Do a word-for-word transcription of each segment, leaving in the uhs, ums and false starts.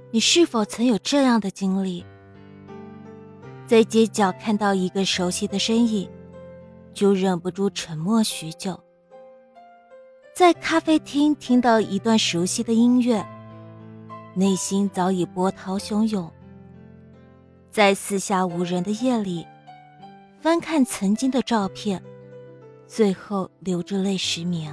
你是否曾有这样的经历？在街角看到一个熟悉的身影，就忍不住沉默许久。在咖啡厅听到一段熟悉的音乐，内心早已波涛汹涌。在四下无人的夜里，翻看曾经的照片，最后流着泪失眠。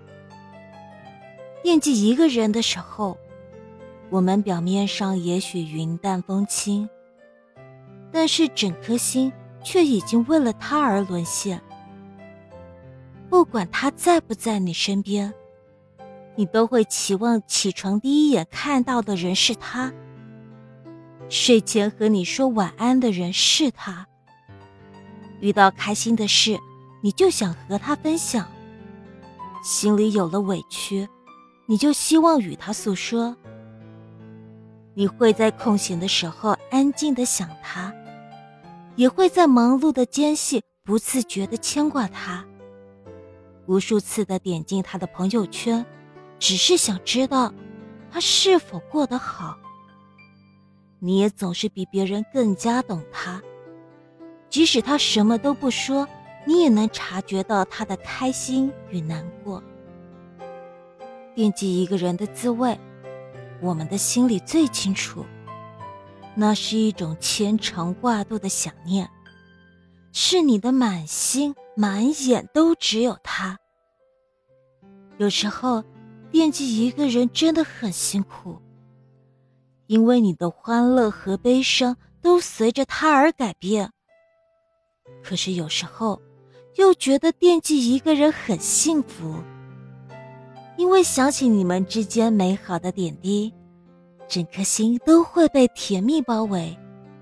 惦记一个人的时候，我们表面上也许云淡风轻，但是整颗心却已经为了他而沦陷。不管他在不在你身边，你都会期望起床第一眼看到的人是他，睡前和你说晚安的人是他，遇到开心的事你就想和他分享，心里有了委屈你就希望与他诉说。你会在空闲的时候安静地想他，也会在忙碌的间隙不自觉地牵挂他，无数次地点进他的朋友圈，只是想知道他是否过得好。你也总是比别人更加懂他，即使他什么都不说，你也能察觉到他的开心与难过。惦记一个人的滋味，我们的心里最清楚，那是一种牵肠挂肚的想念，是你的满心满眼都只有他。有时候惦记一个人真的很辛苦，因为你的欢乐和悲伤都随着他而改变。可是有时候又觉得惦记一个人很幸福，因为想起你们之间美好的点滴，整颗心都会被甜蜜包围。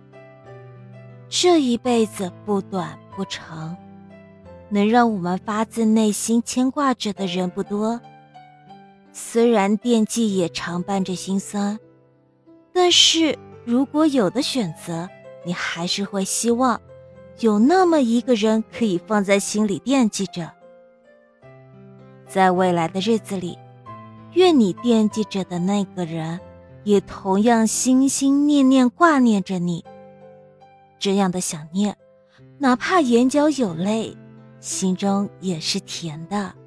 这一辈子不短不长，能让我们发自内心牵挂着的人不多。虽然惦记也常伴着心酸，但是如果有的选择，你还是会希望有那么一个人可以放在心里惦记着。在未来的日子里，愿你惦记着的那个人也同样心心念念挂念着你。这样的想念，哪怕眼角有泪，心中也是甜的。